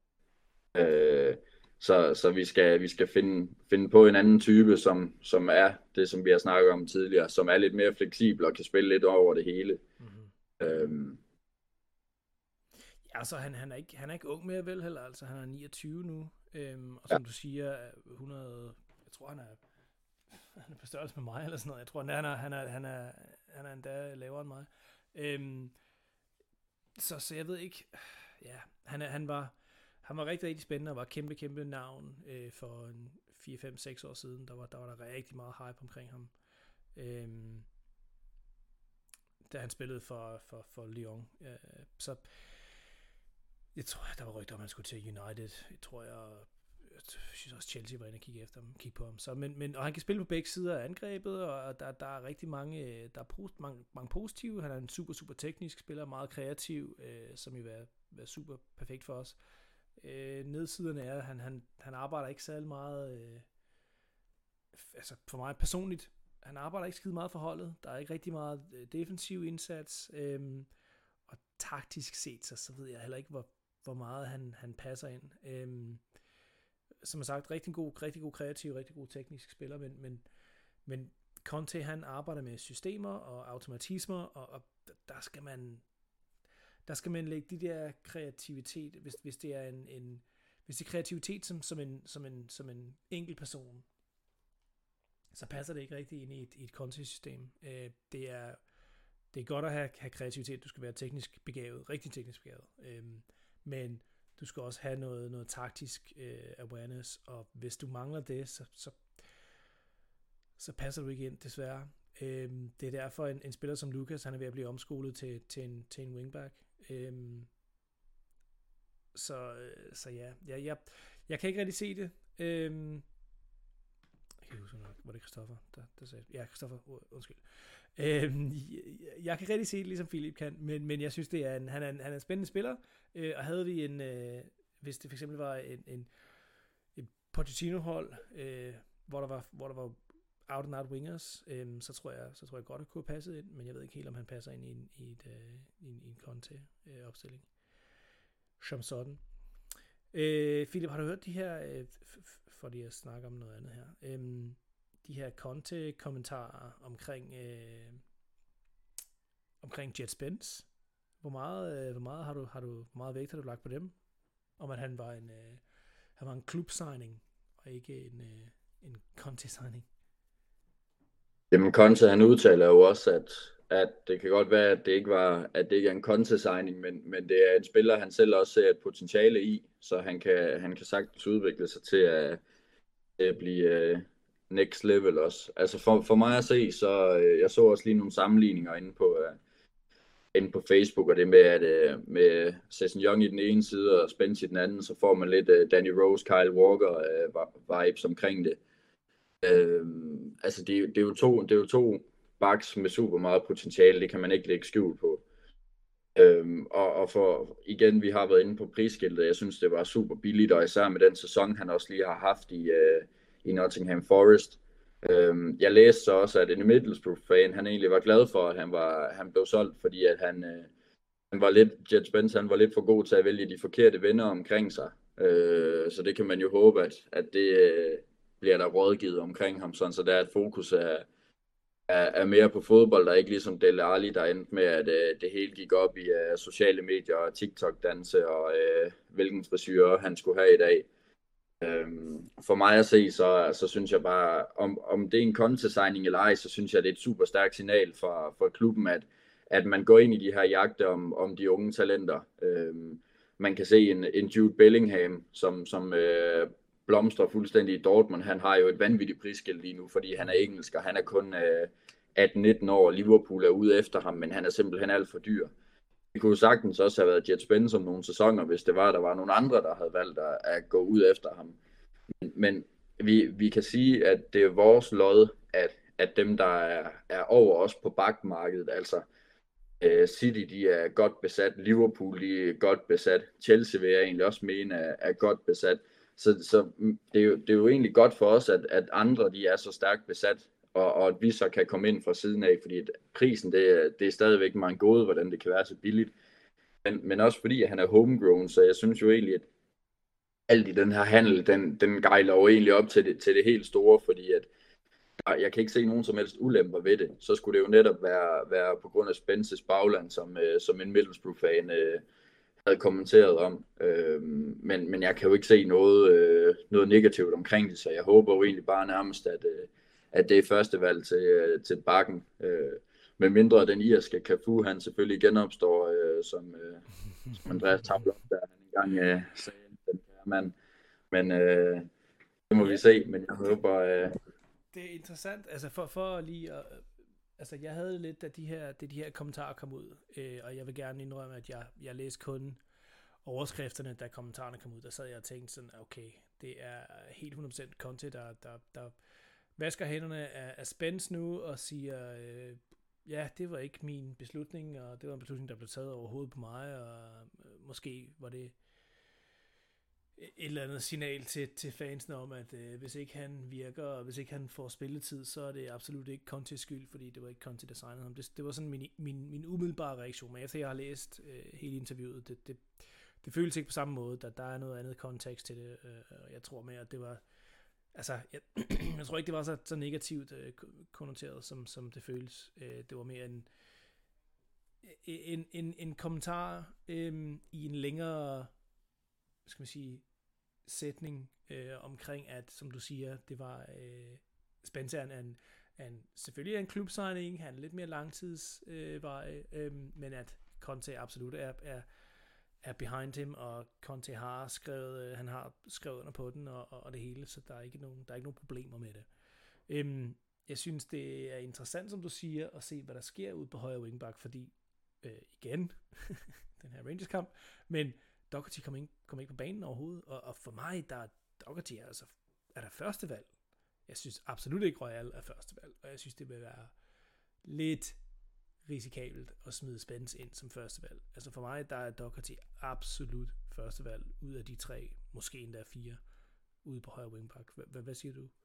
[SPEAKER 2] Øh, Så, så vi skal, vi skal finde, finde på en anden type, som, som er det, som vi har snakket om tidligere, som er lidt mere fleksibel og kan spille lidt over det hele. Mm-hmm. Øhm.
[SPEAKER 1] Ja, altså han, han, er ikke, han er ikke ung mere vel heller, altså han er niogtyve nu, øhm, og som ja. Du siger, hundrede, jeg tror han er, han er på størrelse med mig eller sådan noget, jeg tror han er, han er, han er, han er, han er endda lavere end mig. Øhm, så, så jeg ved ikke, ja, han, er, han var, Han var rigtig, rigtig spændende og var kæmpe, kæmpe navn øh, for en fire, fem, seks år siden. Der var, der var der rigtig meget hype omkring ham. Øhm, da han spillede for, for, for Lyon. Øh, så jeg tror, der var rygter om, han skulle til United. Jeg tror, jeg, jeg synes også, Chelsea var inde og kigge efter ham, kigge på ham. Så, men, men, og han kan spille på begge sider af angrebet, og der, der er rigtig mange, der er post, mange, mange positive. Han er en super, super teknisk spiller, meget kreativ, øh, som vil være, være super perfekt for os. Øh, nedsiderne er, at han, han, han arbejder ikke særlig meget, øh, altså for mig personligt, han arbejder ikke skide meget for holdet, der er ikke rigtig meget øh, defensiv indsats, øh, og taktisk set, så, så ved jeg heller ikke, hvor, hvor meget han, han passer ind. Øh, som sagt, rigtig god, rigtig god kreativ, rigtig god teknisk spiller, men, men, men Conte, han arbejder med systemer og automatismer, og, og der skal man Der skal man lægge de der kreativitet, hvis, hvis det er en, en hvis det er kreativitet som, som, en, som, en, som en enkelt person, så passer det ikke rigtig ind i et, i et Conte-system. Øh, det, er, det er godt at have, have kreativitet, du skal være teknisk begavet, rigtig teknisk begavet. Øh, men du skal også have noget, noget taktisk øh, awareness, og hvis du mangler det, så, så, så passer du ikke ind, desværre. Øhm, det er derfor en, en spiller som Lucas, han er ved at blive omskolet til, til, en, til en wingback. Øhm, så, så ja, jeg, jeg, jeg kan ikke rigtig se det. Øhm, jeg kan ikke huske, var det Christoffer, der, der sagde, ja, Christoffer, undskyld. Øhm, jeg, jeg kan rigtig se det, ligesom Philip kan, men, men jeg synes, det er en, han, er en, han er en spændende spiller, øh, og havde vi en, øh, hvis det for eksempel var en, en, et Pochettino-hold, øh, hvor der var, hvor der var out and out wingers, øhm, så tror jeg, så tror jeg godt, at kunne have passet ind, men jeg ved ikke helt, om han passer ind i en, i et, øh, i en, i en Conte-opstilling. Øh, Som sådan. Øh, Philip, har du hørt de her, øh, f- f- for lige at snakke om noget andet her, øhm, de her Conte-kommentarer omkring, øh, omkring Jet Spence? Hvor meget, øh, hvor meget har du, har du, hvor meget vægt har du lagt på dem? Om at han var en, øh, han var en klubsigning, og ikke en, øh, en Conte-signing?
[SPEAKER 2] Jamen, Conte, han udtaler jo også, at, at det kan godt være, at det ikke var, at det ikke er en Conte-signing, men, men det er en spiller, han selv også ser et potentiale i, så han kan, han kan sagtens udvikle sig til at, at blive uh, next level også. Altså for, for mig at se, så uh, jeg så også lige nogle sammenligninger inde på, uh, inde på Facebook, og det med, at uh, med Sesson Young i den ene side og Spence i den anden, så får man lidt uh, Danny Rose, Kyle Walker uh, vibes omkring det. Øhm, altså det, det, er jo to, det er jo to backs med super meget potentiale, det kan man ikke lægge skjul på. Øhm, og, og for igen, vi har været inde på prisskiltet, jeg synes det var super billigt, og især med den sæson, han også lige har haft i, uh, i Nottingham Forest. Øhm, jeg læste så også, at en Middlesbrough-fan, han egentlig var glad for, at han, var, han blev solgt, fordi at han, uh, han var lidt, Jet Spence, han var lidt for god til at vælge de forkerte venner omkring sig. Øh, så det kan man jo håbe, at, at det uh, bliver der rådgivet omkring ham, sådan, så der er et fokus af, er, er mere på fodbold, der ikke ligesom Dele Alli, der endte med, at øh, det hele gik op i øh, sociale medier og TikTok-danse og øh, hvilken frisyrer han skulle have i dag. Øhm, for mig at se, så, så synes jeg bare, om, om det er en Conte-signing eller ej, så synes jeg, det er et super stærkt signal for, for klubben, at, at man går ind i de her jagter om, om de unge talenter. Øhm, man kan se en, en Jude Bellingham, som, som øh, blomstrer fuldstændig i Dortmund. Han har jo et vanvittigt prisskilt lige nu, fordi han er engelsk, og han er kun øh, atten nitten år, og Liverpool er ude efter ham, men han er simpelthen alt for dyr. Det kunne sagtens også have været Jet Spence om nogle sæsoner, hvis det var, der var nogle andre, der havde valgt at, at gå ud efter ham. Men, men vi, vi kan sige, at det er vores lod, at, at dem, der er, er over os på bakmarkedet, altså uh, City, de er godt besat, Liverpool, de er godt besat, Chelsea vil jeg egentlig også mene er, er godt besat. Så, så det, er jo, det er jo egentlig godt for os, at, at andre de er så stærkt besat, og, og at vi så kan komme ind fra siden af, fordi prisen, det, det er stadigvæk meget gode, hvordan det kan være så billigt. Men, men også fordi, at han er homegrown, så jeg synes jo egentlig, at alt i den her handel, den, den gejler jo egentlig op til det, til det helt store, fordi at jeg kan ikke se nogen som helst ulemper ved det. Så skulle det jo netop være, være på grund af Spences bagland, som, øh, som en Middlesbrough-fan øh, havde kommenteret om. Øh, men, men jeg kan jo ikke se noget, øh, noget negativt omkring det, så jeg håber jo egentlig bare nærmest, at, øh, at det er første valg til, øh, til bakken. Øh, med mindre den irske Cafu, han selvfølgelig genopstår, øh, som, øh, som Andreas Tabler, der han engang øh, sagde, den her mand. Men øh, det må ja. vi se, men jeg håber... Øh...
[SPEAKER 1] Det er interessant, altså for, for lige at... Altså jeg havde lidt, da de her, da de her kommentarer kom ud, øh, og jeg vil gerne indrømme, at jeg, jeg læste kun overskrifterne, da kommentarerne kom ud. Der sad jeg og tænkte sådan, okay, det er helt hundrede procent Conte, der, der, der vasker hænderne af, af Spence nu, og siger, øh, ja, det var ikke min beslutning, og det var en beslutning, der blev taget over hovedet på mig, og øh, måske var det et eller andet signal til, til fansene om, at øh, hvis ikke han virker, og hvis ikke han får spilletid, så er det absolut ikke Contes skyld, fordi det var ikke Conte, der signede ham. Det, det var sådan min, min, min umiddelbare reaktion, men efter jeg har læst øh, hele interviewet, det, det, det føles ikke på samme måde, der, der er noget andet kontekst til det, øh, og jeg tror mere, at det var, altså, jeg, jeg tror ikke, det var så, så negativt øh, konnoteret, som, som det føles. Øh, det var mere en, en, en, en kommentar øh, i en længere, skal man sige, sætning øh, omkring, at, som du siger, det var øh, Spencer er en, en, selvfølgelig en klubsigning, han er lidt mere langtidsvej, øh, øh, men at Conte absolut er, er, er behind him, og Conte har skrevet, øh, han har skrevet under på den, og, og, og det hele, så der er ikke nogen, der er ikke nogen problemer med det. Øhm, jeg synes, det er interessant, som du siger, at se, hvad der sker ud på højre wingback, fordi, øh, igen, den her Rangers-kamp, men Doherty kom ikke, kom ikke på banen overhovedet, og, og for mig, der er Doherty altså, er der første valg. Jeg synes absolut ikke, Royal er første valg, og jeg synes, det vil være lidt risikabelt at smide Spence ind som første valg. Altså for mig, der er Doherty absolut første valg ud af de tre, måske endda fire, ude på højre wingback. H- hvad siger du?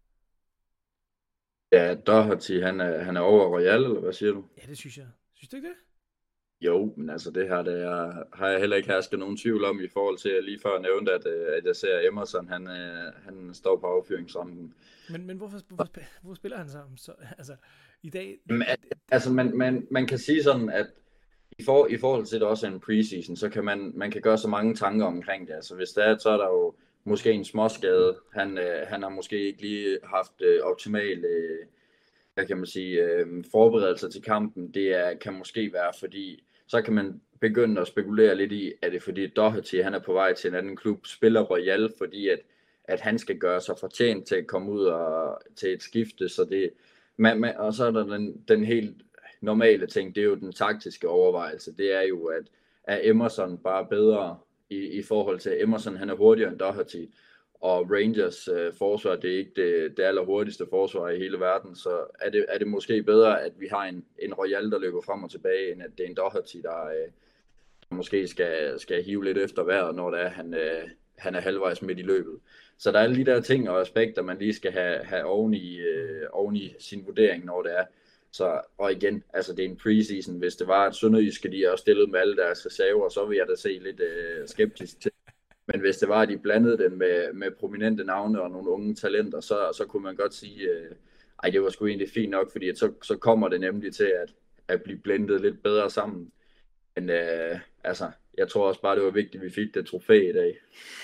[SPEAKER 2] Ja, Doherty, han er, han er over Royal, eller hvad siger du?
[SPEAKER 1] Ja, det synes jeg. Synes du ikke det?
[SPEAKER 2] Jo, men altså det her, det er, har jeg heller ikke hersket nogen tvivl om i forhold til, at lige før jeg nævnte, at, øh, at jeg ser Emerson, han, øh, han står på affyringsrampen.
[SPEAKER 1] Men, men hvorfor, hvorfor, hvorfor spiller han sammen? Så, altså, i dag...
[SPEAKER 2] Jamen, altså, man, man, man kan sige sådan, at i, for, i forhold til, at det også er en preseason, så kan man, man kan gøre så mange tanker omkring det. Altså hvis det er, så er der jo måske en småskade. Han, øh, han har måske ikke lige haft øh, optimal, øh, hvad kan man sige, øh, forberedelser til kampen. Det er, kan måske være, fordi så kan man begynde at spekulere lidt i, at det er fordi Doherty, han er på vej til en anden klub, spiller Royal, fordi at, at han skal gøre sig fortjent til at komme ud og til et skifte, så det, man, man, og så er der den, den helt normale ting, det er jo den taktiske overvejelse, det er jo, at er Emerson bare bedre i, i forhold til, Emerson han er hurtigere end Doherty, og Rangers øh, forsvar, det er ikke det, det allerhurtigste forsvar i hele verden, så er det, er det måske bedre, at vi har en, en Royal, der løber frem og tilbage, end at det er en Doherty, der, øh, der måske skal, skal hive lidt efter vejret, når det er, han, øh, han er halvvejs midt i løbet. Så der er alle de der ting og aspekter, man lige skal have, have oven, i, øh, oven i sin vurdering, når det er. Så, og igen, altså det er en preseason. Hvis det var, at Sønderjyske de også stillede med alle deres reserver, så vil jeg da se lidt øh, skeptisk til. Men hvis det var, at de blandede den med, med prominente navne og nogle unge talenter, så, så kunne man godt sige, øh, ej, det var sgu egentlig fint nok, fordi at så, så kommer det nemlig til at, at blive blendet lidt bedre sammen. Men øh, altså, jeg tror også bare, det var vigtigt, at vi fik det trofæ i dag.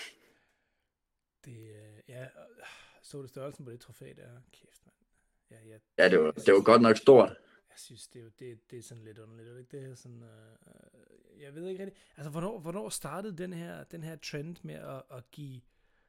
[SPEAKER 1] Det, øh, ja, så det størrelsen på det trofæ der. Kæft, mand. Ja, ja,
[SPEAKER 2] ja det, var, det var godt nok stort.
[SPEAKER 1] Jeg synes, det er, det, det er sådan lidt underligt, ikke? Det er sådan, øh, jeg ved ikke rigtigt. Altså, hvornår, hvornår startede den her, den her trend med at, at give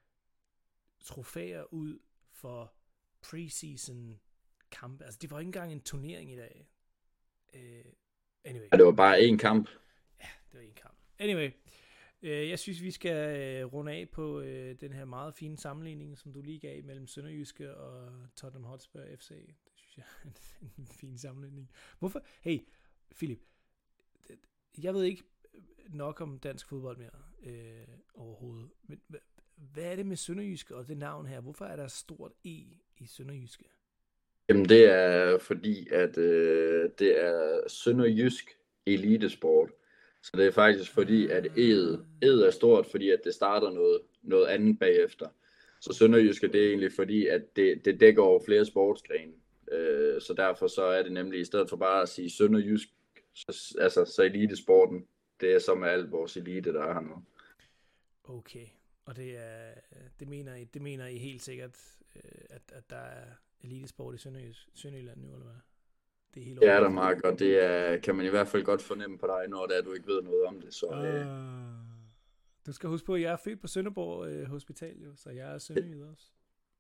[SPEAKER 1] trofæer ud for preseason kampe? Altså, det var ikke engang en turnering i dag. Uh, anyway.
[SPEAKER 2] Ja, det var bare én kamp.
[SPEAKER 1] Ja, det var én kamp. Anyway, øh, jeg synes, vi skal øh, runde af på øh, den her meget fine sammenligning, som du lige gav mellem Sønderjyske og Tottenham Hotspur F C. Det synes jeg er en, en fin sammenligning. Hvorfor? Hey, Philip, jeg ved ikke nok om dansk fodbold mere øh, overhovedet, men hvad er det med Sønderjyske og det navn her? Hvorfor er der stort E i Sønderjyske?
[SPEAKER 2] Jamen det er fordi, at øh, det er Sønderjysk elitesport. Så det er faktisk fordi, at E'et, E'et er stort, fordi at det starter noget, noget andet bagefter. Så Sønderjyske, det er egentlig fordi, at det, det dækker over flere sportsgrene. Øh, så derfor så er det nemlig, i stedet for bare at sige Sønderjysk, så, altså så elitesporten, det er så med alt vores elite, der er her nu.
[SPEAKER 1] Okay, og det, er, det, mener, I, det mener I helt sikkert, at, at der er elitesport i Sønderjys, Sønderjylland nu, eller hvad? Det er helt
[SPEAKER 2] ja, der Mark, og det er, kan man i hvert fald godt fornemme på dig, når det er, du ikke ved noget om det. Så,
[SPEAKER 1] uh,
[SPEAKER 2] øh...
[SPEAKER 1] Du skal huske på, at jeg er født på Sønderborg øh, Hospital, jo, så jeg er sønderjyde også.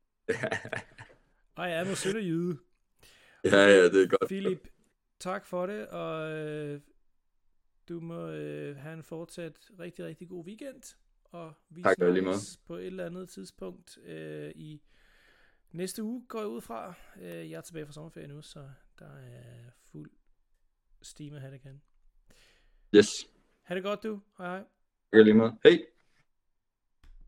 [SPEAKER 1] Og jeg er nu sønderjyde.
[SPEAKER 2] Ja, ja, det er godt.
[SPEAKER 1] Philip, tak for det, og øh, du må øh, have en fortsat rigtig, rigtig god weekend. Og vi
[SPEAKER 2] tak,
[SPEAKER 1] snakkes på et eller andet tidspunkt øh, i næste uge, går jeg ud fra. Øh, jeg er tilbage fra sommerferie nu, så der er fuld steam at have det igen.
[SPEAKER 2] Yes.
[SPEAKER 1] Ha' det godt, du. Hej hej.
[SPEAKER 2] Lige måde. Hej.